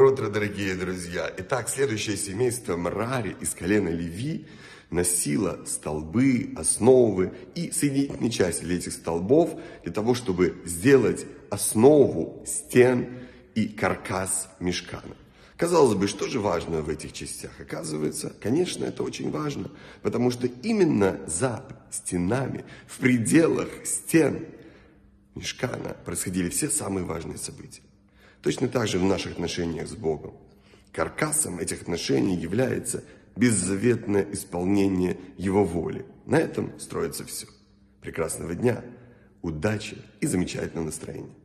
Доброе утро, дорогие друзья! Итак, следующее семейство Мрари из колена Леви носило столбы, основы и соединительные части для этих столбов, для того, чтобы сделать основу стен и каркас мишкана. Казалось бы, что же важно в этих частях? Оказывается, конечно, это очень важно, потому что именно за стенами, в пределах стен мишкана происходили все самые важные события. Точно так же в наших отношениях с Богом. Каркасом этих отношений является беззаветное исполнение Его воли. На этом строится все. Прекрасного дня, удачи и замечательного настроения.